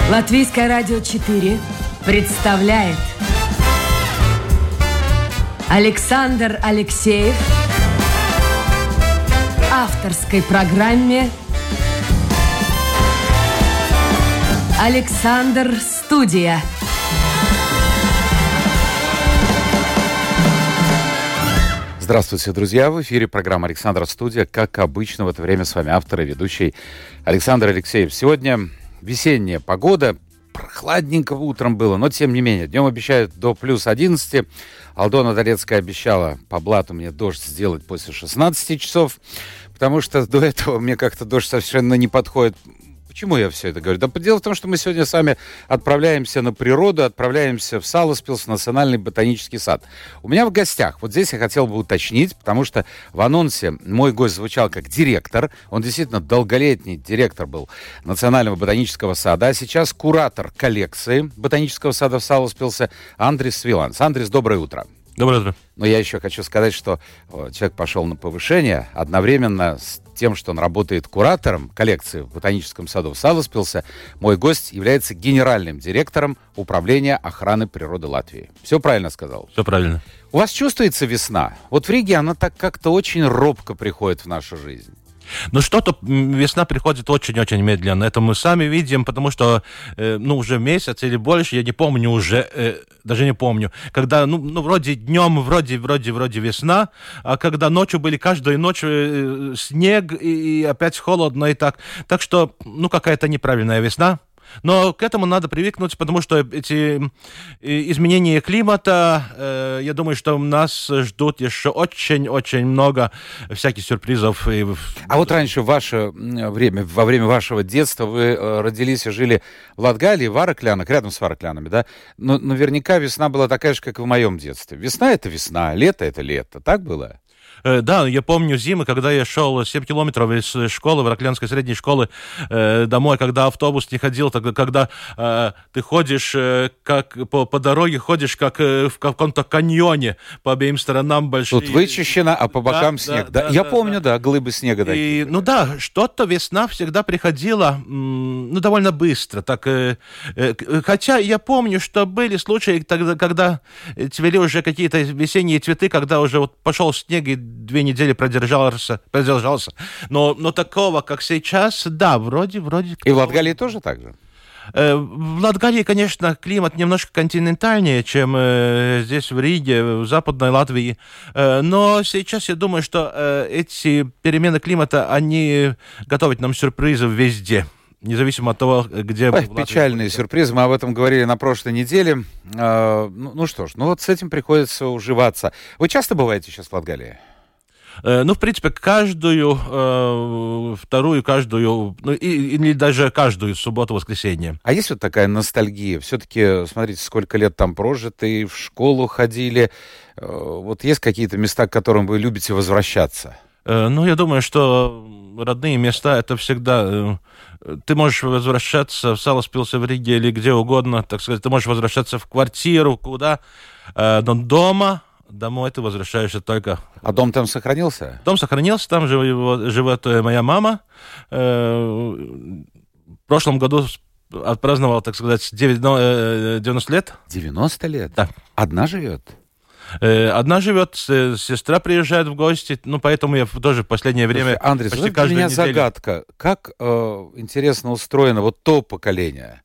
Латвийское радио 4 представляет Александр Алексеев в авторской программе «Александр Студия». Здравствуйте, друзья! В эфире программа «Александр Студия». Как обычно, в это время с вами автор и ведущий Александр Алексеев. Сегодня весенняя погода. Прохладненько утром было, но тем не менее. Днем обещают до плюс 11. Алдона Долецкая обещала по блату мне дождь сделать после 16 часов, потому что до этого мне как-то дождь совершенно не подходит. Почему я все это говорю? Да дело в том, что мы сегодня с вами отправляемся на природу, отправляемся в Саласпилс, в Национальный ботанический сад. У меня в гостях, вот здесь я хотел бы уточнить, потому что в анонсе мой гость звучал как директор, он действительно долголетний директор был Национального ботанического сада, а сейчас куратор коллекции ботанического сада в Саласпилсе Андрис Виланс. Андрис, доброе утро. Доброе утро. Но я еще хочу сказать, что человек пошел на повышение одновременно с тем, что он работает куратором коллекции в ботаническом саду в Саласпилсе. Мой гость является генеральным директором Управления охраны природы Латвии. Все правильно сказал? Все правильно. У вас чувствуется весна? Вот в Риге она так как-то очень робко приходит в нашу жизнь. Но что-то весна приходит очень-очень медленно. Это мы сами видим, потому что уже месяц или больше, я не помню уже, даже не помню, когда, вроде днем, вроде весна, а когда ночью были каждую ночь снег и опять холодно и так. Так что, какая-то неправильная весна. Но к этому надо привыкнуть, потому что эти изменения климата, я думаю, что нас ждут еще очень-очень много всяких сюрпризов. А вот раньше в ваше время, во время вашего детства вы родились и жили в Латгалии, в Араклянах, рядом с Араклянами, да? Но наверняка весна была такая же, как и в моем детстве. Весна — это весна, лето — это лето. Так было? Да, я помню зимы, когда я шел 7 километров из школы, Вараклянской средней школы, домой, когда автобус не ходил, тогда, когда ты ходишь как по дороге, ходишь как в каком-то каньоне, по обеим сторонам большие. Тут вычищено, а по бокам снег. Да, я помню, глыбы снега такие. Что-то весна всегда приходила, довольно быстро. Так, хотя я помню, что были случаи, когда цвели уже какие-то весенние цветы, когда уже вот пошел снег и 2 недели продержался. Но такого, как сейчас, да, вроде... И в Латгалии тоже так же? В Латгалии, конечно, климат немножко континентальнее, чем здесь в Риге, в Западной Латвии. Но сейчас я думаю, что эти перемены климата, они готовят нам сюрпризы везде. Независимо от того, где... Печальные сюрпризы. Мы об этом говорили на прошлой неделе. Вот с этим приходится уживаться. Вы часто бываете сейчас в Латгалии? В принципе, каждую вторую, или даже каждую субботу-воскресенье. А есть вот такая ностальгия? Все-таки, смотрите, сколько лет там прожито, и в школу ходили. Вот есть какие-то места, к которым вы любите возвращаться? Я думаю, что родные места — это всегда... Ты можешь возвращаться в Саласпилсе, в Риге или где угодно, так сказать. Ты можешь возвращаться в квартиру, куда. Но домой ты возвращаешься только... А дом там сохранился? Дом сохранился, там живет моя мама. В прошлом году отпраздновал, так сказать, 90 лет. 90 лет? Да. Одна живет? Одна живет, сестра приезжает в гости, поэтому я тоже в последнее время... Андрей, почти для меня неделю... загадка. Как интересно устроено вот то поколение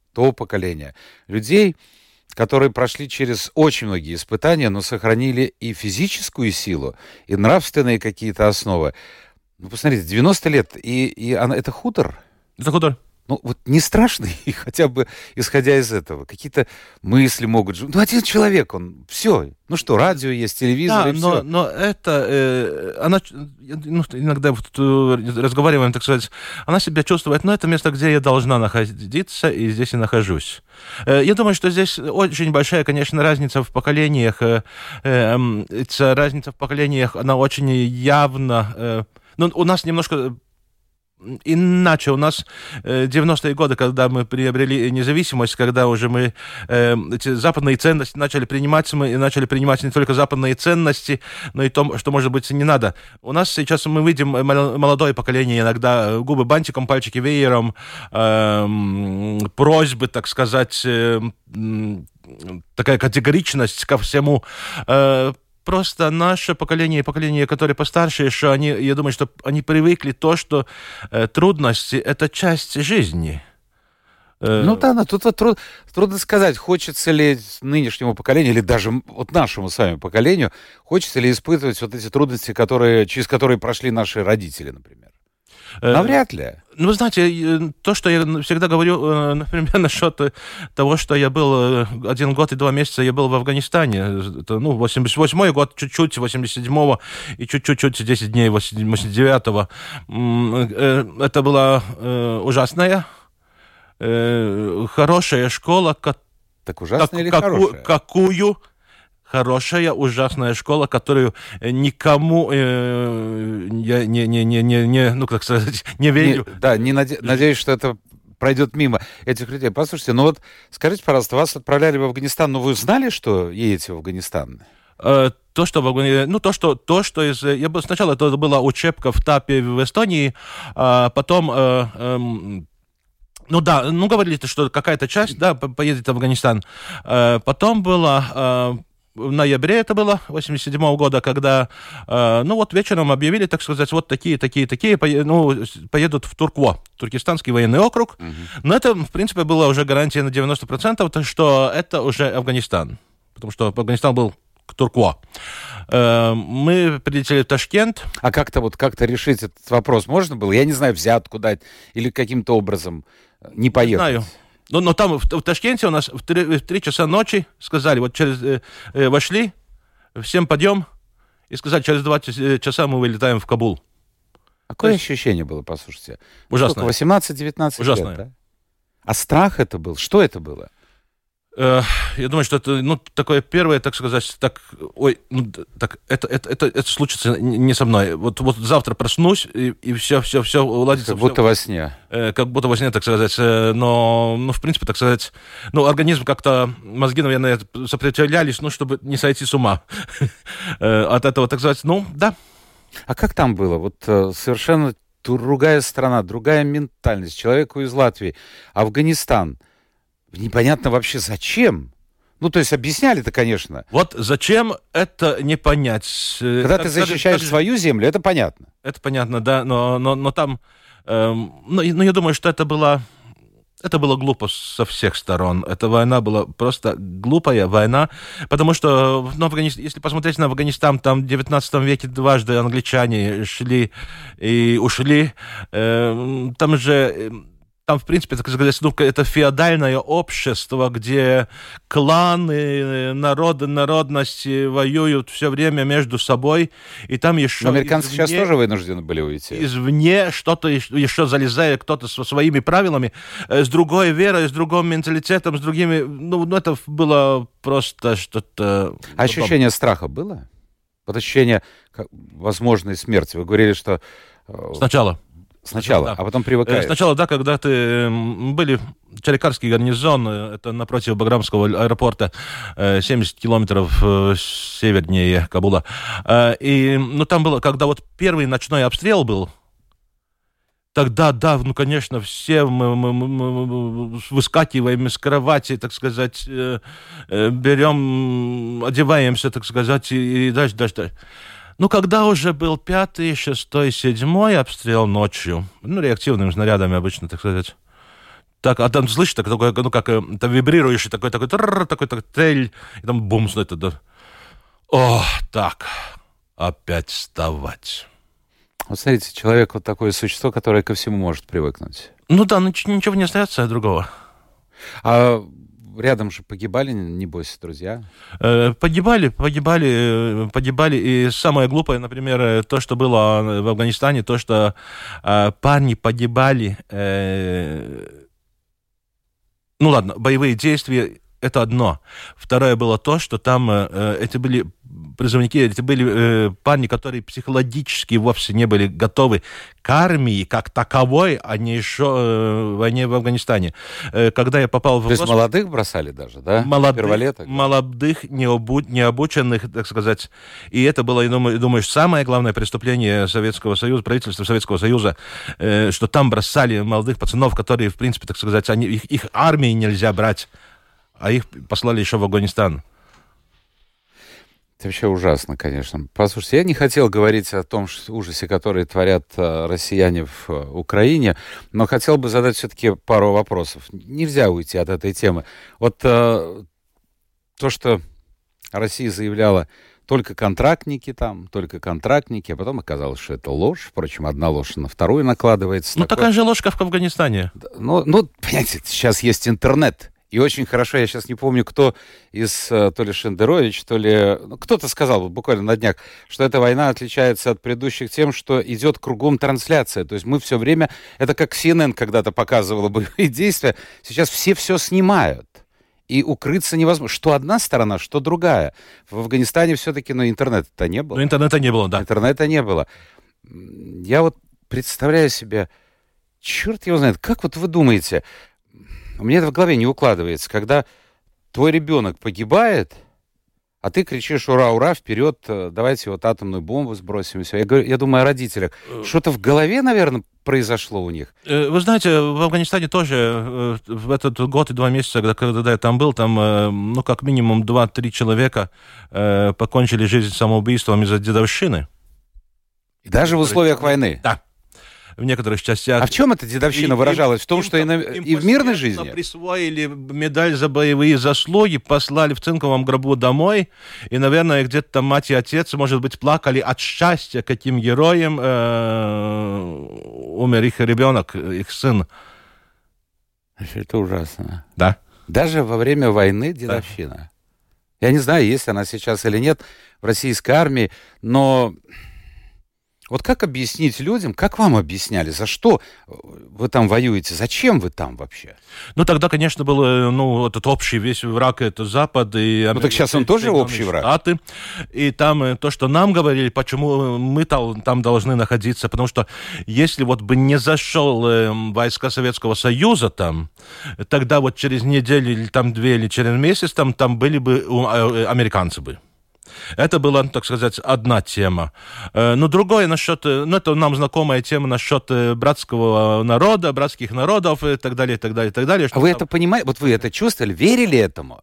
людей, которые прошли через очень многие испытания, но сохранили и физическую силу, и нравственные какие-то основы. Посмотрите, 90 лет, и это хутор? Это хутор. Не страшно, и хотя бы исходя из этого, какие-то мысли могут жить. Один человек, он все. Радио есть, телевизор, и все. Но это, она, иногда разговариваем, так сказать, она себя чувствует, это место, где я должна находиться, и здесь и нахожусь. Я думаю, что здесь очень большая, конечно, разница в поколениях. Эта разница в поколениях, она очень явна. У нас немножко иначе. У нас 90-е годы, когда мы приобрели независимость, когда уже мы эти западные ценности начали принимать, мы начали принимать не только западные ценности, но и то, что, может быть, не надо. У нас сейчас мы видим молодое поколение, иногда губы бантиком, пальчики веером, просьбы, так сказать, такая категоричность ко всему. Просто наше поколение, которое постарше еще, я думаю, что они привыкли то, что трудности — это часть жизни. Ну да, тут вот трудно сказать, хочется ли нынешнему поколению, или даже вот нашему с вами поколению, хочется ли испытывать вот эти трудности, через которые прошли наши родители, например. Навряд ли. Ну, вы знаете, то, что я всегда говорю, например, насчет того, что я был 1 год и 2 месяца, я был в Афганистане. Это, 88-й год, чуть-чуть, 87-го и чуть-чуть 10 дней 89-го. Это была ужасная, хорошая школа. Так ужасная или хорошая? Какую? Хорошая, ужасная школа, которую никому я как сказать, не верю. Надеюсь, что это пройдет мимо этих людей. Послушайте, скажите, пожалуйста, вас отправляли в Афганистан, но вы знали, что едете в Афганистан? Сначала это была учебка в ТАПе в Эстонии, а потом... говорили, что какая-то часть, поедет в Афганистан. Потом было... В ноябре это было, 87-го года, когда, вечером объявили, так сказать, вот такие, поедут в Туркво, Туркестанский военный округ. Но это, в принципе, была уже гарантия на 90%, что это уже Афганистан, потому что Афганистан был к Туркво. Мы прилетели в Ташкент. А как-то решить этот вопрос можно было? Я не знаю, взятку дать или каким-то образом не поехать? Не знаю. Но там, в Ташкенте, у нас в 3 часа ночи сказали, вошли, всем подъем, и сказали, через 2 часа мы вылетаем в Кабул. Какое ощущение было, послушайте? Ужасное. 18-19 Ужасное. лет, да? А страх это был? Что это было? Я думаю, что это, такое первое, так сказать, это случится не со мной. Вот завтра проснусь, и все уладится. Как будто во сне. Как будто во сне, так сказать. Но, в принципе, так сказать, организм как-то, мозги, наверное, сопротивлялись, чтобы не сойти с ума от этого, так сказать, да. А как там было? Совершенно другая страна, другая ментальность. Человеку из Латвии, Афганистан. Непонятно вообще зачем. То есть объясняли-то, конечно. Вот зачем это не понять. Когда ты защищаешь свою землю, это понятно. Это понятно, да, но там... я думаю, что это было глупо со всех сторон. Эта война была просто глупая война, потому что, если посмотреть на Афганистан, там в 19 веке дважды англичане шли и ушли. Там, в принципе, так сказать, это феодальное общество, где кланы, народности воюют все время между собой, и там еще... Но американцы сейчас тоже вынуждены были уйти. Извне что-то еще залезает, кто-то со своими правилами, с другой верой, с другим менталитетом, с другими... это было просто что-то... А ощущение страха было? Ощущение возможной смерти. Вы говорили, что... Сначала, да. А потом привыкаешь. Сначала, да, когда были Чаликарский гарнизон, это напротив Баграмского аэропорта, 70 километров севернее Кабула. И, там было, когда первый ночной обстрел был, тогда, да, конечно, все мы выскакиваем из кровати, так сказать, берем, одеваемся, так сказать, и дальше. Когда уже был 5-й, 6-й, 7-й обстрел ночью, реактивными снарядами обычно, так сказать. Так, а там слышишь, такое, это вибрирующий такой трель, и там бумс, это. Так, опять вставать. Смотрите, человек такое существо, которое ко всему может привыкнуть. Ничего не остается другого. А рядом же погибали, небось, друзья? Погибали. И самое глупое, например, то, что было в Афганистане, то, что парни погибали. Боевые действия, Это одно. Второе было то, что там эти были призывники, эти были парни, которые психологически вовсе не были готовы к армии как таковой, а не еще войне в Афганистане. Когда я попал в... То есть молодых бросали даже, да? Молодых, необученных, так сказать. И это было, я думаю, самое главное преступление Советского Союза, правительства Советского Союза, что там бросали молодых пацанов, которые, в принципе, так сказать, их армии нельзя брать, а их послали еще в Афганистан. Это вообще ужасно, конечно. Послушайте, я не хотел говорить о том ужасе, который творят россияне в Украине, но хотел бы задать все-таки пару вопросов. Нельзя уйти от этой темы. Вот то, что Россия заявляла, только контрактники, а потом оказалось, что это ложь. Впрочем, одна ложь на вторую накладывается. Ну, такая же ложь, как в Афганистане. Ну, понимаете, сейчас есть интернет. И очень хорошо, я сейчас не помню, кто из, то ли Шендерович, то ли... кто-то сказал буквально на днях, что эта война отличается от предыдущих тем, что идет кругом трансляция. То есть мы все время... Это как CNN когда-то показывала боевые действия. Сейчас все снимают. И укрыться невозможно. Что одна сторона, что другая. В Афганистане все-таки, интернета-то не было. Интернета не было, да. Интернета не было. Я вот представляю себе... Черт его знает, как вот вы думаете... У меня это в голове не укладывается, когда твой ребенок погибает, а ты кричишь «Ура, ура, вперед, давайте вот атомную бомбу сбросим». И все. Я думаю о родителях. Что-то в голове, наверное, произошло у них. Вы знаете, в Афганистане тоже в этот год и 2 месяца, когда я там был, там, как минимум 2-3 человека покончили жизнь самоубийством из-за дедовщины. И даже в условиях войны? Да. В некоторых частях. А в чем эта дедовщина выражалась? В том, что и в мирной жизни? Им присвоили медаль за боевые заслуги, послали в цинковом гробу домой, и, наверное, где-то там мать и отец, может быть, плакали от счастья, каким героем умер их ребенок, их сын. Это ужасно. Да. Даже во время войны дедовщина. Да. Я не знаю, есть она сейчас или нет в российской армии, но... Вот как объяснить людям, как вам объясняли, за что вы там воюете, зачем вы там вообще? Тогда, конечно, был этот общий весь враг, это Запад. И так сейчас он тоже общий враг. Штаты. И там то, что нам говорили, почему мы там должны находиться, потому что если вот бы не зашел войска Советского Союза там, тогда вот через неделю или там 2 или через месяц там были бы американцы бы. Это была, так сказать, одна тема. Но другое насчет... это нам знакомая тема насчет братского народа, братских народов и так далее, и так далее, и так далее. А вы это понимаете? Вот вы это чувствовали? Верили этому?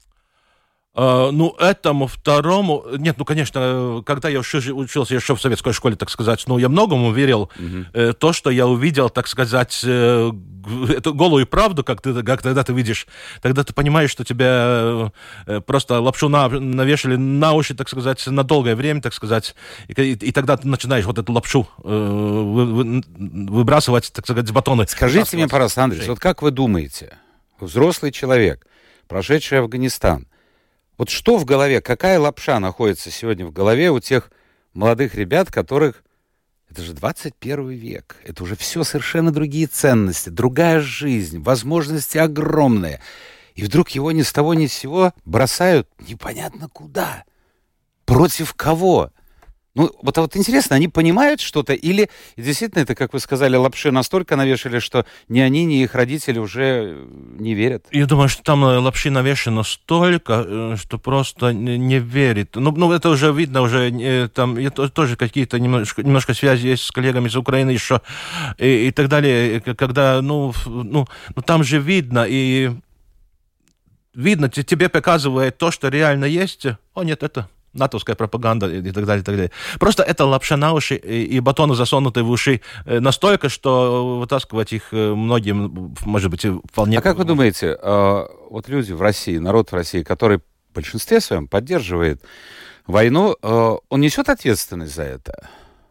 Этому второму... Нет, конечно, когда я учился еще в советской школе, так сказать, я многому верил. То, что я увидел, так сказать, эту голую правду, как тогда ты видишь, тогда ты понимаешь, что тебя просто лапшу навешали на уши, так сказать, на долгое время, так сказать, и тогда ты начинаешь вот эту лапшу выбрасывать, так сказать, с батона. Скажите мне, пожалуйста, Андрей, вот как вы думаете, взрослый человек, прошедший Афганистан, вот что в голове, какая лапша находится сегодня в голове у тех молодых ребят, которых... Это же 21 век. Это уже все совершенно другие ценности, другая жизнь, возможности огромные. И вдруг его ни с того ни с сего бросают непонятно куда. Против кого? Вот интересно, они понимают что-то? Или действительно это, как вы сказали, лапши настолько навешали, что ни они, ни их родители уже не верят? Я думаю, что там лапши навешено столько, что просто не верит. Это уже видно, уже там тоже какие-то немножко связи есть с коллегами из Украины еще и так далее, когда, там же видно, и видно, тебе показывает то, что реально есть. Нет, это... натовская пропаганда и так далее, и так далее. Просто это лапша на уши и батоны, засунутые в уши настолько, что вытаскивать их многим, может быть, вполне... А как вы думаете, вот люди в России, народ в России, который в большинстве своем поддерживает войну, он несет ответственность за это?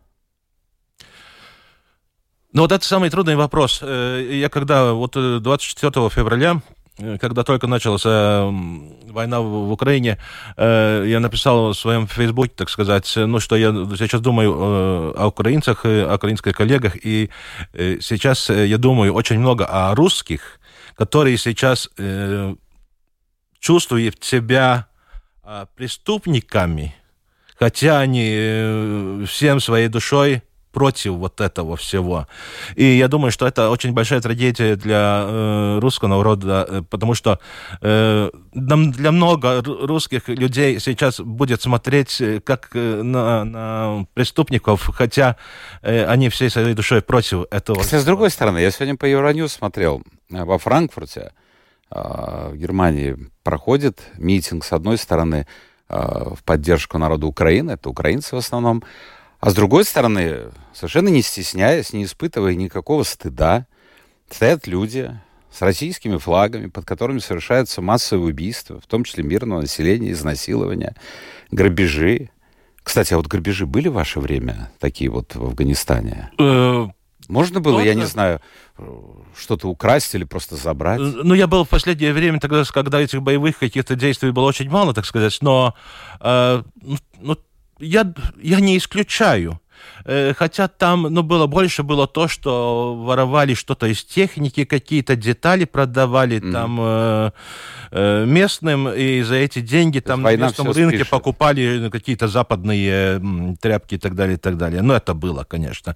Это самый трудный вопрос. Я когда 24 февраля, когда только началась война в Украине, я написал в своем Фейсбуке, так сказать, что я сейчас думаю о украинцах, о украинских коллегах, и сейчас я думаю очень много о русских, которые сейчас чувствуют себя преступниками, хотя они всем своей душой против вот этого всего. И я думаю, что это очень большая трагедия для русского народа, потому что для много русских людей сейчас будет смотреть как на преступников, хотя они всей своей душой против этого. Кстати, с другой стороны, я сегодня по Евроньюз смотрел, во Франкфурте, в Германии, проходит митинг, с одной стороны, в поддержку народа Украины, это украинцы в основном, а с другой стороны, совершенно не стесняясь, не испытывая никакого стыда, стоят люди с российскими флагами, под которыми совершаются массовые убийства, в том числе мирного населения, изнасилования, грабежи. Кстати, а вот грабежи были в ваше время такие вот в Афганистане? Можно было, я не знаю, что-то украсть или просто забрать? Ну, я был в последнее время тогда, когда этих боевых каких-то действий было очень мало, так сказать, но я не исключаю. Хотя там, больше было то, что воровали что-то из техники, какие-то детали продавали там местным, и за эти деньги там на местном рынке покупали какие-то западные тряпки и так далее, и так далее. Ну, это было, конечно.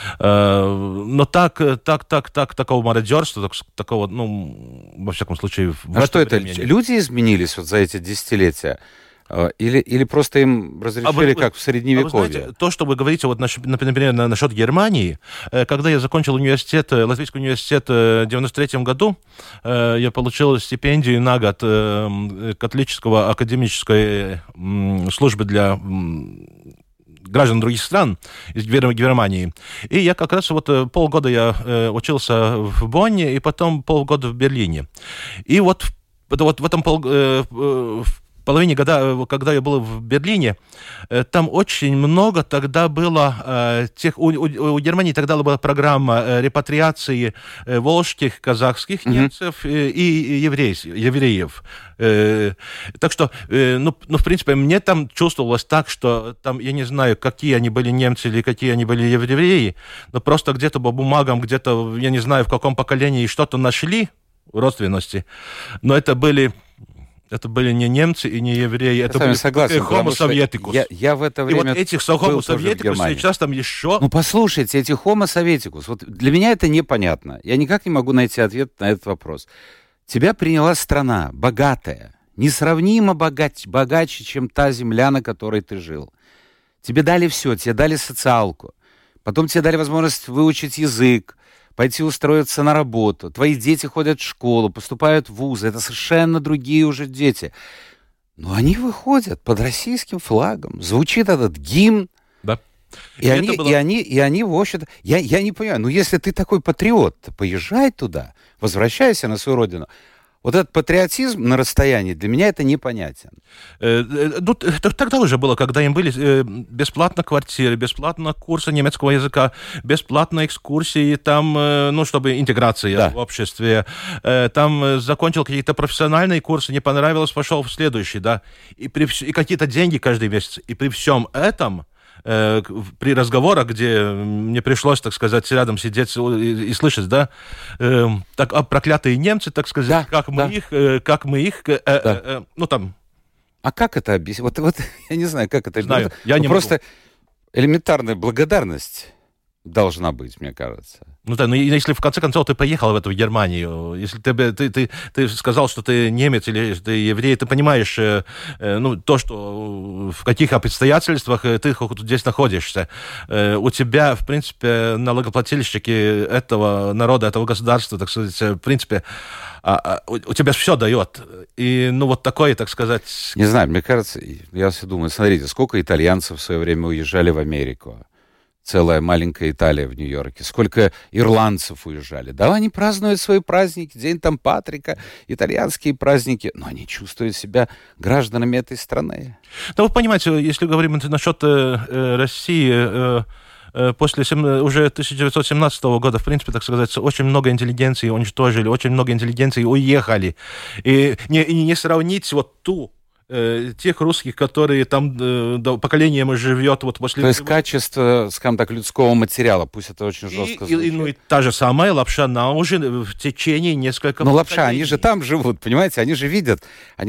Но такого мародерства, такого, во всяком случае... А что это? Люди изменились вот за эти десятилетия? Или просто им разрешили, как в Средневековье? Вы знаете, то, что вы говорите, вот, например, насчет Германии, когда я закончил Латвийский университет в 1993 году, я получил стипендию на год католического академической службы для граждан других стран из Германии. И я как раз полгода я учился в Бонне, и потом полгода в Берлине. И вот в этом половине года, когда я был в Берлине, там очень много тогда было у Германии тогда была программа репатриации волжских, казахских немцев и евреев. Так что, в принципе, мне там чувствовалось так, что там, я не знаю, какие они были немцы или какие они были евреи, но просто где-то по бумагам, где-то, я не знаю, в каком поколении что-то нашли родственности, но это были не немцы и не евреи, это были homo sovietikus. Я в это время и вот этих homo sovietikus сейчас там еще... Ну, послушайте, эти homo sovietikus, вот для меня это непонятно. Я никак не могу найти ответ на этот вопрос. Тебя приняла страна богатая, несравнимо богаче, чем та земля, на которой ты жил. Тебе дали все, тебе дали социалку. Потом тебе дали возможность выучить язык, пойти устроиться на работу. Твои дети ходят в школу, поступают в вузы. Это совершенно другие уже дети. Но они выходят под российским флагом. Звучит этот гимн. Да. И они, в общем-то... Я не понимаю, если ты такой патриот, поезжай туда, возвращайся на свою родину. Вот этот патриотизм на расстоянии, для меня это непонятен. Тогда уже было, когда им были бесплатно квартиры, бесплатно курсы немецкого языка, бесплатно экскурсии, там, чтобы интеграция в обществе. Там закончил какие-то профессиональные курсы, не понравилось, пошел в следующий, да. И какие-то деньги каждый месяц. И при всем этом... при разговорах, где мне пришлось, так сказать, рядом сидеть и слышать, да, проклятые немцы, так сказать, как мы их, там... А как это объяснить? Вот я не знаю, как это объяснить. Я не просто элементарная благодарность должна быть, мне кажется. Если в конце концов ты поехал в эту Германию, если ты сказал, что ты немец или ты еврей, ты понимаешь, то, что в каких обстоятельствах ты здесь находишься. У тебя, в принципе, налогоплательщики этого народа, этого государства, так сказать, в принципе, у тебя все дает. И, такое, так сказать... Не знаю, мне кажется, я все думаю, смотрите, сколько итальянцев в свое время уезжали в Америку. Целая маленькая Италия в Нью-Йорке. Сколько ирландцев уезжали. Да, они празднуют свои праздники, День там Патрика, итальянские праздники, но они чувствуют себя гражданами этой страны. Вы понимаете, если говорим насчет России, после уже 1917 года, в принципе, так сказать, очень много интеллигенции уничтожили, очень много интеллигенции уехали. И не сравнить ту тех русских, которые там поколениями живет вот после... То есть качество, скажем так, людского материала, пусть это очень жестко звучит. Ну и та же самая лапша на ужин в течение нескольких поколений. Но лапша, они же там живут, понимаете, они же видят.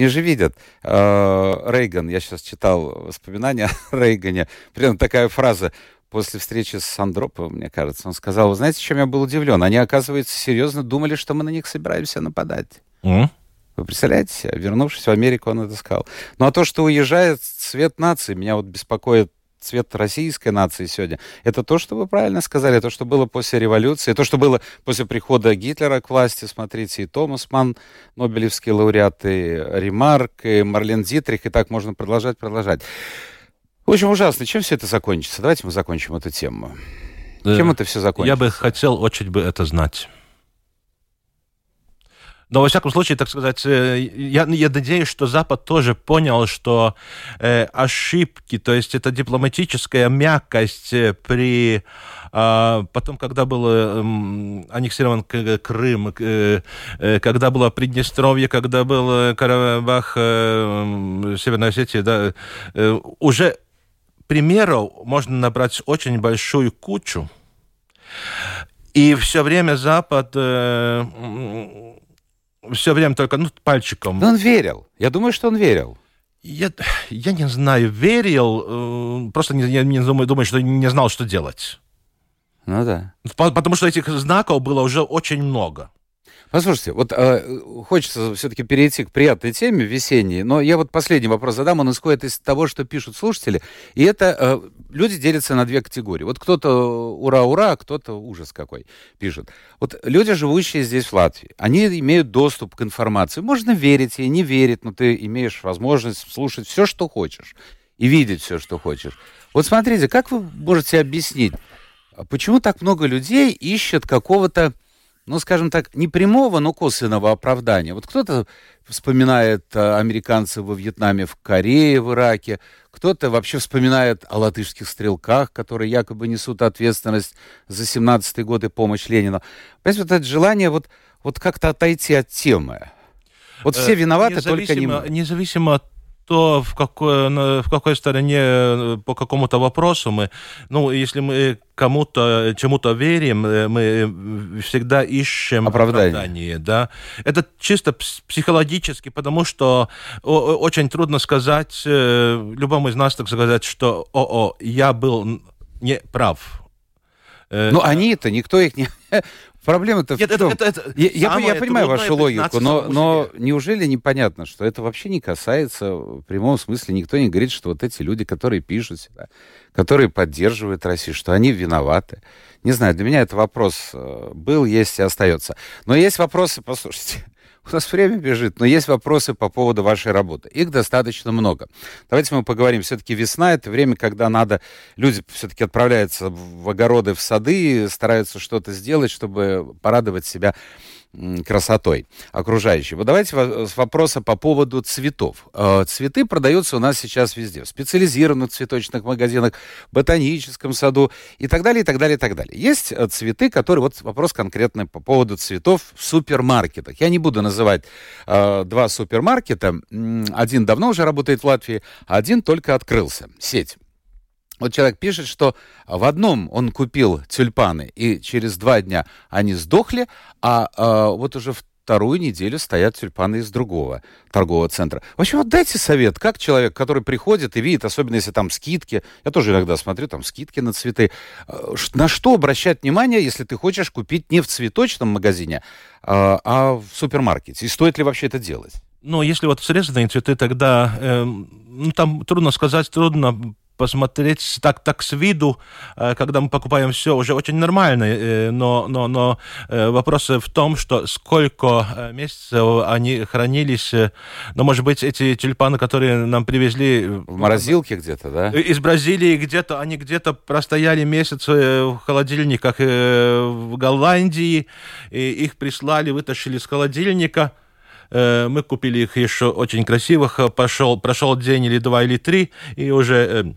Рейган, я сейчас читал воспоминания о Рейгане, примерно такая фраза. После встречи с Андроповым, мне кажется, он сказал: вы знаете, чем я был удивлен? Они, оказывается, серьезно думали, что мы на них собираемся нападать. Вы представляете себе? Вернувшись в Америку, он это сказал. Ну, а то, что уезжает цвет нации, меня вот беспокоит цвет российской нации сегодня. Это то, что вы правильно сказали, то, что было после революции, то, что было после прихода Гитлера к власти. Смотрите, и Томас Манн, нобелевский лауреат, и Ремарк, и Марлен Дитрих, и так можно продолжать. В общем, ужасно. Чем все это закончится? Давайте мы закончим эту тему. Чем это все закончится? Я бы хотел очень бы это знать. Но, во всяком случае, так сказать, я надеюсь, что Запад тоже понял, что ошибки, то есть это дипломатическая мягкость при... Потом, когда был аннексирован Крым, когда было Приднестровье, когда был Карабах, Северная Осетия, да, уже примеров можно набрать очень большую кучу. И все время Запад... все время только пальчиком. Но он верил. Я думаю, что он верил. Я не знаю, верил, просто думаю, что не знал, что делать. Ну да. Потому что этих знаков было уже очень много. Послушайте, вот хочется все-таки перейти к приятной теме весенней, но я вот последний вопрос задам, он исходит из того, что пишут слушатели, и это люди делятся на две категории. Вот кто-то ура-ура, а кто-то ужас какой пишет. Вот люди, живущие здесь, в Латвии, они имеют доступ к информации. Можно верить ей, не верить, но ты имеешь возможность слушать все, что хочешь, и видеть все, что хочешь. Вот смотрите, как вы можете объяснить, почему так много людей ищет какого-то, ну, скажем так, не прямого, но косвенного оправдания? Вот кто-то вспоминает американцев во Вьетнаме, в Корее, в Ираке, кто-то вообще вспоминает о латышских стрелках, которые якобы несут ответственность за 17-й год и помощь Ленину. Понимаете, вот это желание вот как-то отойти от темы. Вот все виноваты, только не мы. Независимо от того, в какой стороне, по какому-то вопросу мы, если мы чему-то верим, мы всегда ищем оправдание, да. Это чисто психологически, потому что очень трудно сказать, любому из нас так сказать, что я был не прав. Они-то, никто их не... Проблема-то в чем? Я понимаю вашу логику, но неужели непонятно, что это вообще не касается, в прямом смысле, никто не говорит, что вот эти люди, которые пишут сюда, которые поддерживают Россию, что они виноваты. Не знаю, для меня это вопрос был, есть и остается. Но есть вопросы, послушайте, у нас время бежит, но есть вопросы по поводу вашей работы. Их достаточно много. Давайте мы поговорим. Все-таки весна — это время, когда люди все-таки отправляются в огороды, в сады, стараются что-то сделать, чтобы порадовать себя красотой окружающей. Вот давайте с вопроса по поводу цветов. Цветы продаются у нас сейчас везде. В специализированных цветочных магазинах, в ботаническом саду и так далее, и так далее, и так далее. Есть цветы, которые... Вот вопрос конкретный по поводу цветов в супермаркетах. Я не буду называть два супермаркета. Один давно уже работает в Латвии, а один только открылся. Сеть. Вот человек пишет, что в одном он купил тюльпаны, и через 2 дня они сдохли, а вот уже вторую неделю стоят тюльпаны из другого торгового центра. В общем, вот дайте совет, как человек, который приходит и видит, особенно если там скидки, я тоже иногда смотрю, там скидки на цветы, на что обращать внимание, если ты хочешь купить не в цветочном магазине, а в супермаркете? И стоит ли вообще это делать? Если вот срезанные цветы, тогда там трудно сказать, трудно посмотреть так с виду, когда мы покупаем все, уже очень нормально, но вопрос в том, что сколько месяцев они хранились, может быть, эти тюльпаны, которые нам привезли... В морозилке где-то, да? Из Бразилии где-то, они где-то простояли месяц в холодильниках в Голландии, и их прислали, вытащили из холодильника. Мы купили их еще очень красивых, прошел день или 2 или 3, и уже...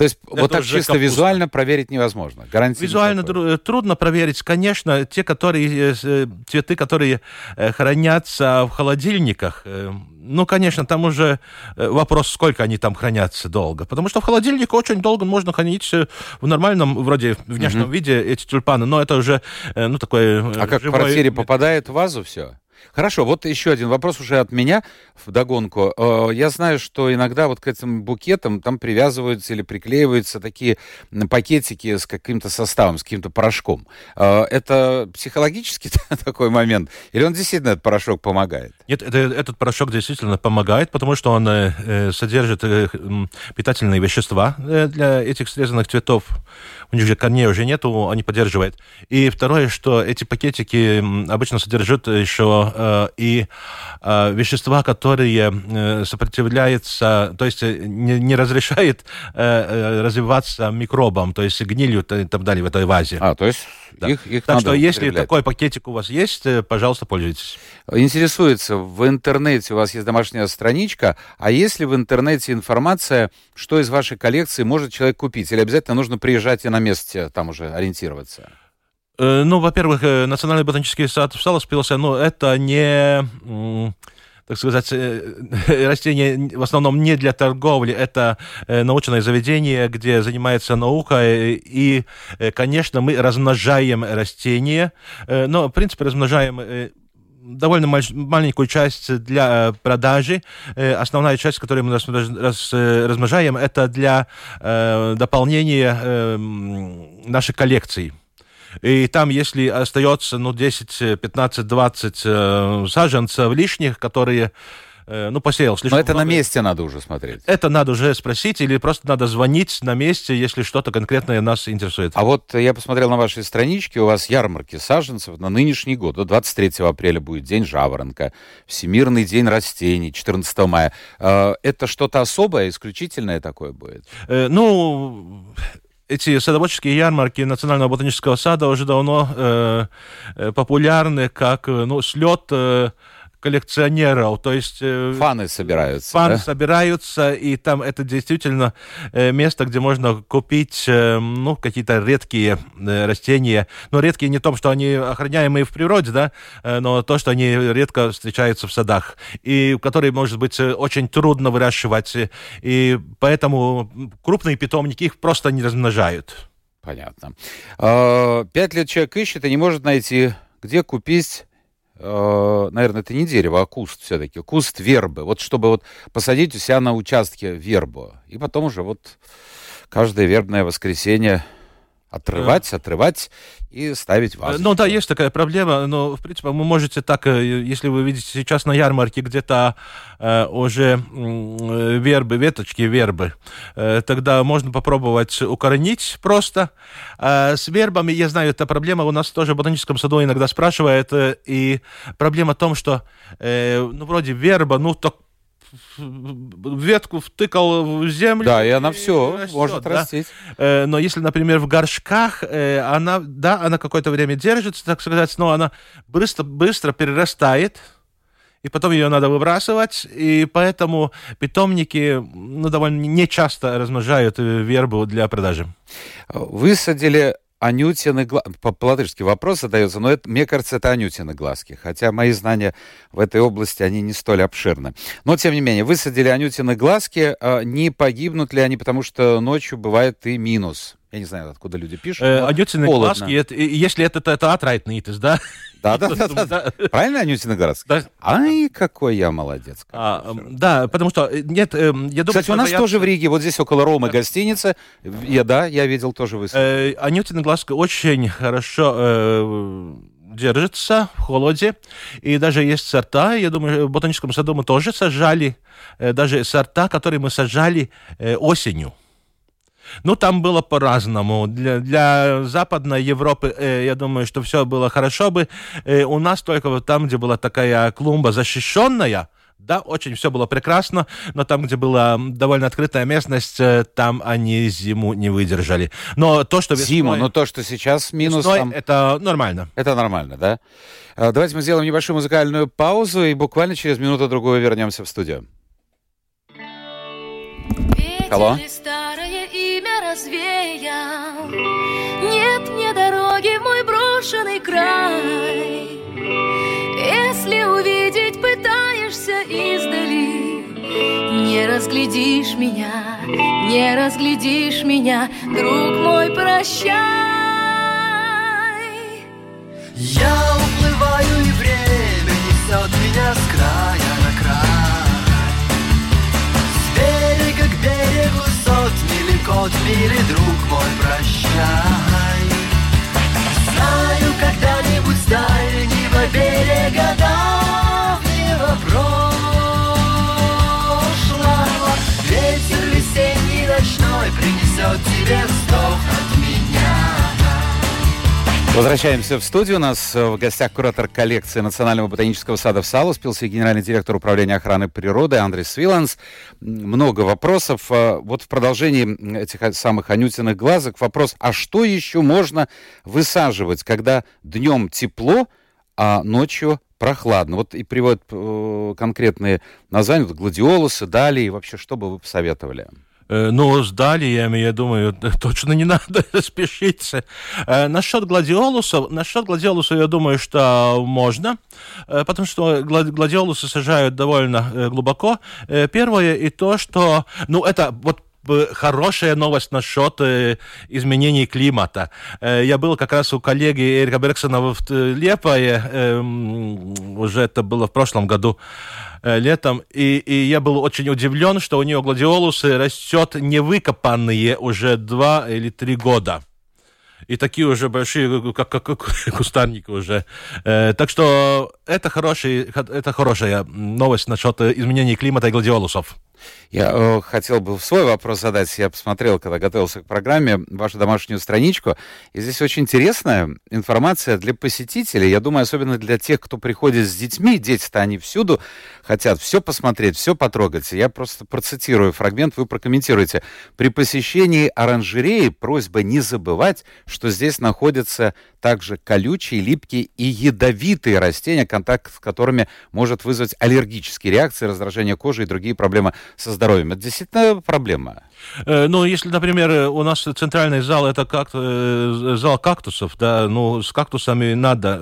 То есть вот так чисто визуально проверить невозможно? Визуально трудно проверить. Конечно, те цветы, которые хранятся в холодильниках, ну, конечно, там уже вопрос, сколько они там хранятся долго. Потому что в холодильнике очень долго можно хранить в нормальном, вроде, внешнем виде эти тюльпаны. Но это уже, ну, такой... А как в квартире попадает в вазу все? Хорошо, вот еще один вопрос уже от меня вдогонку. Я знаю, что иногда вот к этим букетам там привязываются или приклеиваются такие пакетики с каким-то составом, с каким-то порошком. Это психологический такой момент? Или он действительно, этот порошок, помогает? Нет, этот порошок действительно помогает, потому что он содержит питательные вещества для этих срезанных цветов. У них же корней уже нету, они поддерживают. И второе, что эти пакетики обычно содержат еще и вещества, которые сопротивляются, то есть не разрешает развиваться микробам, то есть гнилью и так далее в этой вазе. То есть да. их так надо что если употреблять. такой пакетик у вас есть, пожалуйста, пользуйтесь. Интересуется, в интернете у вас есть домашняя страничка, а есть ли в интернете информация, что из вашей коллекции может человек купить? Или обязательно нужно приезжать и на месте там уже ориентироваться? Ну, во-первых, Национальный ботанический сад в Саласпилсе, но это не, так сказать, растение в основном не для торговли, это научное заведение, где занимается наукой, и, конечно, мы размножаем растения, но, в принципе, размножаем довольно маленькую часть для продажи. Основная часть, которую мы размножаем, это для дополнения нашей коллекции. И там, если остается 10, 15, 20 саженцев лишних, которые посеял слишком Но это много. на месте надо уже смотреть. Это надо уже спросить или просто надо звонить на месте, если что-то конкретное нас интересует. А вот я посмотрел на вашей страничке, у вас ярмарки саженцев на нынешний год. До 23 апреля будет День жаворонка, Всемирный день растений, 14 мая. Это что-то особое, исключительное такое будет? Эти садоводческие ярмарки Национального ботанического сада уже давно популярны как слет коллекционеров, то есть... Фаны собираются. Фаны собираются, и там это действительно место, где можно купить какие-то редкие растения. Но редкие не в том, что они охраняемые в природе, да, но то, что они редко встречаются в садах, и которые, может быть, очень трудно выращивать, и поэтому крупные питомники их просто не размножают. Понятно. 5 лет человек ищет и не может найти, где купить... Наверное, это не дерево, а куст все-таки. Куст вербы. Вот чтобы посадить у себя на участке вербу. И потом уже каждое вербное воскресенье отрывать и ставить в вазу. Да, есть такая проблема, но, в принципе, вы можете так, если вы видите сейчас на ярмарке где-то уже вербы, веточки вербы, тогда можно попробовать укоренить просто. С вербами, я знаю, это проблема, у нас тоже в ботаническом саду иногда спрашивают, и проблема в том, что, вроде верба, так ветку втыкал в землю. Да, и она все может растить. Но если, например, в горшках, она какое-то время держится, так сказать, но она быстро перерастает, и потом ее надо выбрасывать, и поэтому питомники довольно нечасто размножают вербу для продажи. Высадили анютины глазки. По-латышски вопрос задается, но мне кажется, это анютины глазки. Хотя мои знания в этой области, они не столь обширны. Но, тем не менее, высадили анютины глазки. Не погибнут ли они, потому что ночью бывает и минус? Я не знаю, откуда люди пишут. Анютины глазки, если это атрайтнитис, да? Да. Правильно, анютины глазки? Да. Ай, какой я молодец. Да, потому что, нет, я думаю... Кстати, у нас тоже в Риге, вот здесь около Ромы гостиница, я видел тоже высадку. Анютины глазки очень хорошо... держится в холоде, и даже есть сорта, я думаю, в ботаническом саду мы тоже сажали, даже сорта, которые мы сажали осенью. Там было по-разному. Для Западной Европы, я думаю, что все было хорошо бы. У нас только там, где была такая клумба защищенная, да, очень все было прекрасно, но там, где была довольно открытая местность, там они зиму не выдержали. Но то, что весной... Зиму, но то, что сейчас минус... Весной, это нормально. Это нормально, да? Давайте мы сделаем небольшую музыкальную паузу и буквально через минуту-другую вернемся в студию. Алло? Старое имя развеял. Нет мне дороги в мой брошенный край. Если увидеть пытаешься издали, не разглядишь меня, не разглядишь меня, друг мой, прощай. Я уплываю, и время несет меня с края на край. С берега к берегу сотни ликот мили, друг мой, прощай. Знаю, когда-нибудь с дальнего берега давнего прошлого ветер весенний ночной принесет тебе вздох от меня. Возвращаемся в студию. У нас в гостях куратор коллекции Национального ботанического сада в Саласпилсе и генеральный директор управления охраны природы Андрис Виланс. Много вопросов. Вот в продолжении этих самых анютиных глазок вопрос: а что еще можно высаживать, когда днем тепло, а ночью прохладно? Вот и приводят конкретные названия: вот гладиолусы, далии. Вообще, что бы вы посоветовали? Ну, с далиями, я думаю, точно не надо спешиться. Насчет гладиолусов, я думаю, что можно, потому что гладиолусы сажают довольно глубоко. Первое и то, что... Ну, это вот хорошая новость насчет изменений климата. Я был как раз у коллеги Эрика Бергсона в Лепое, уже это было в прошлом году, летом, и я был очень удивлен, что у нее гладиолусы растет невыкопанные уже 2 или 3 года. И такие уже большие, как кустарники уже. Так что это хорошая новость насчет изменений климата и гладиолусов. Я хотел бы свой вопрос задать. Я посмотрел, когда готовился к программе, вашу домашнюю страничку. И здесь очень интересная информация для посетителей. Я думаю, особенно для тех, кто приходит с детьми. Дети-то они всюду хотят все посмотреть, все потрогать. Я просто процитирую фрагмент, вы прокомментируете. При посещении оранжереи просьба не забывать, что здесь находятся также колючие, липкие и ядовитые растения, контакт с которыми может вызвать аллергические реакции, раздражение кожи и другие проблемы со здоровьем. Это действительно проблема? Ну, если, например, у нас центральный зал — это зал кактусов, да, ну, с кактусами надо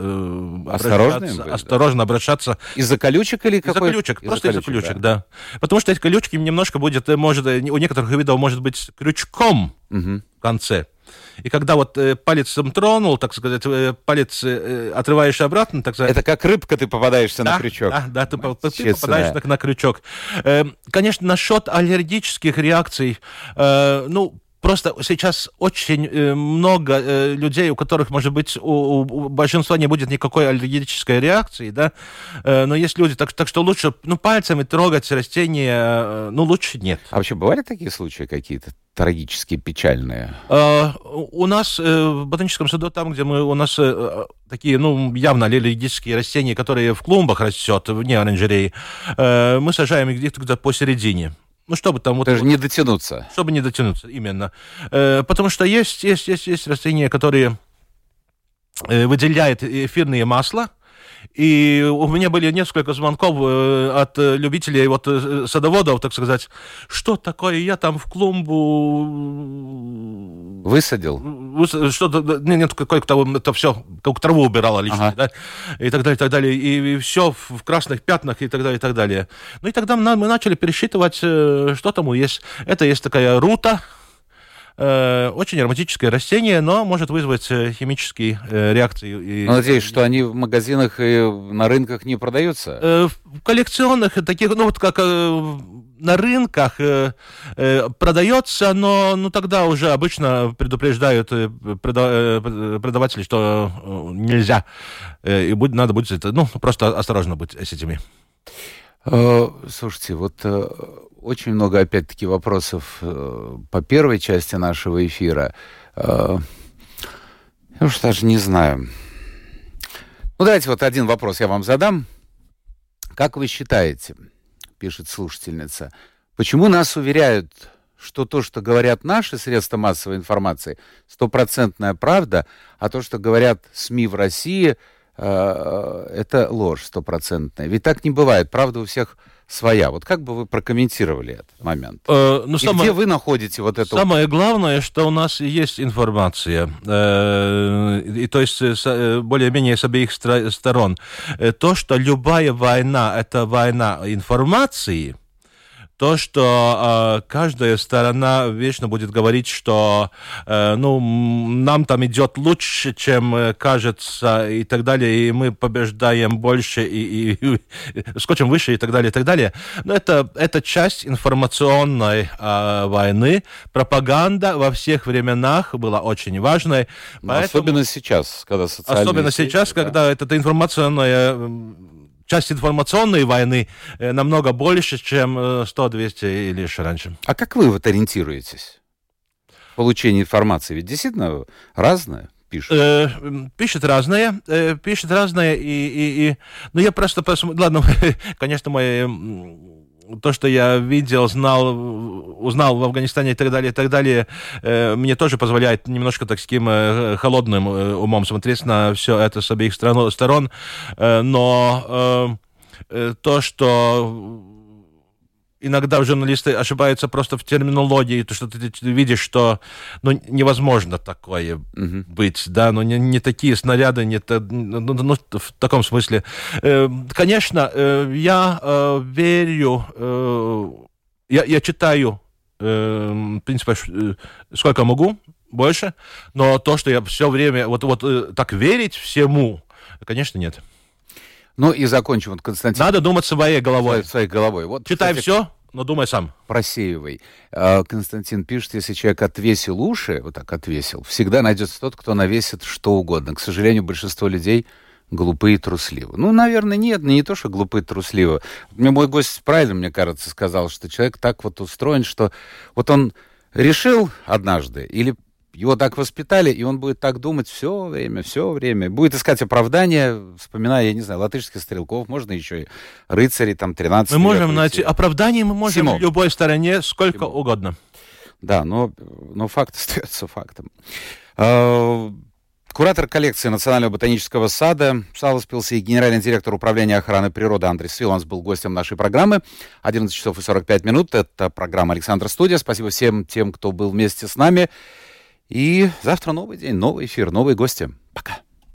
осторожно обращаться. Из-за колючек или какой? Из-за колючек, просто из-за колючек, да. Потому что эти колючки немножко у некоторых видов может быть крючком в конце. И когда вот палец тронул, так сказать, палец отрываешь обратно, так сказать... Это как рыбка, ты попадаешься на крючок. Да, ты попадаешь на крючок. Конечно, насчет аллергических реакций, просто сейчас очень много людей, у которых, может быть, у большинства не будет никакой аллергической реакции, да, но есть люди, так что лучше, пальцами трогать растения, лучше нет. А вообще бывали такие случаи какие-то трагические, печальные? У нас в ботаническом саду, там, где у нас такие, явно аллергические растения, которые в клумбах растут, вне оранжереи, мы сажаем их где-то посередине. Чтобы там... Даже не дотянуться. Чтобы не дотянуться, именно. Потому что есть растения, которые выделяют эфирные масла. И у меня были несколько звонков от любителей, садоводов, так сказать. Что такое? Я там в клумбу... Высадил? Что-то... Нет, какое-то это все, как траву убирала лично, да? И так далее, и так далее. И все в красных пятнах, и так далее, и так далее. И тогда мы начали пересчитывать, что там есть. Это есть такая рута. Очень ароматическое растение, но может вызвать химические реакции. Надеюсь, что они в магазинах и на рынках не продаются? В коллекционных таких, как на рынках продается, но тогда уже обычно предупреждают продавателей, что нельзя. И надо будет просто осторожно быть с этими. Слушайте, очень много, опять-таки, вопросов по первой части нашего эфира. Я уж даже не знаю. Давайте один вопрос я вам задам. Как вы считаете, пишет слушательница, почему нас уверяют, что то, что говорят наши средства массовой информации, 100% правда, а то, что говорят СМИ в России, это ложь 100%. Ведь так не бывает. Правда у всех своя. Вот как бы вы прокомментировали этот момент? Где вы находите вот это? Самое главное, что у нас есть информация, и то есть более-менее с обеих сторон. То, что любая война – это война информации, то, что каждая сторона вечно будет говорить, что нам там идет лучше, чем кажется, и так далее, и мы побеждаем больше, и скочим выше, и так далее, и так далее. Но это часть информационной войны. Пропаганда во всех временах была очень важной. Поэтому... Особенно сейчас, когда социальные Особенно сети, сейчас, когда эта информационная... Часть информационной войны намного больше, чем 100, 200 или еще раньше. А как вы вот ориентируетесь в получении информации? Ведь действительно разное пишут. Пишет разное, ну я просто посмотрел, ладно, конечно, то, что я видел, узнал в Афганистане и так далее, мне тоже позволяет немножко таким холодным умом смотреть на все это с обеих сторон. Но то, что иногда журналисты ошибаются просто в терминологии, то, что ты видишь, что невозможно такое быть, да, не такие снаряды, в таком смысле. Конечно, я верю, я читаю, в принципе, сколько могу, больше, но то, что я все время вот так верить всему, конечно, нет. Ну и закончим, вот, Константин. Надо думать своей головой. Своей головой. Вот, читай кстати, все, но думай сам. Просеивай. Константин пишет, если человек отвесил уши, вот так отвесил, всегда найдется тот, кто навесит что угодно. К сожалению, большинство людей глупые и трусливы. Ну, наверное, нет, не то, что глупые и трусливы. Мне мой гость правильно, мне кажется, сказал, что человек так вот устроен, что вот он решил однажды или его так воспитали, и он будет так думать все время. Будет искать оправдания, вспоминая, я не знаю, латышских стрелков, можно еще и рыцарей, там, 13 Мы можем найти оправдание, мы можем в любой стороне сколько угодно. Да, но факт остается фактом. Куратор коллекции Национального ботанического сада Саласпилса и генеральный директор управления охраны природы Андрис Виланс был гостем нашей программы. 11 часов и 45 минут. Это программа «Александр Студия». Спасибо всем тем, кто был вместе с нами. И завтра новый день, новый эфир, новые гости. Пока.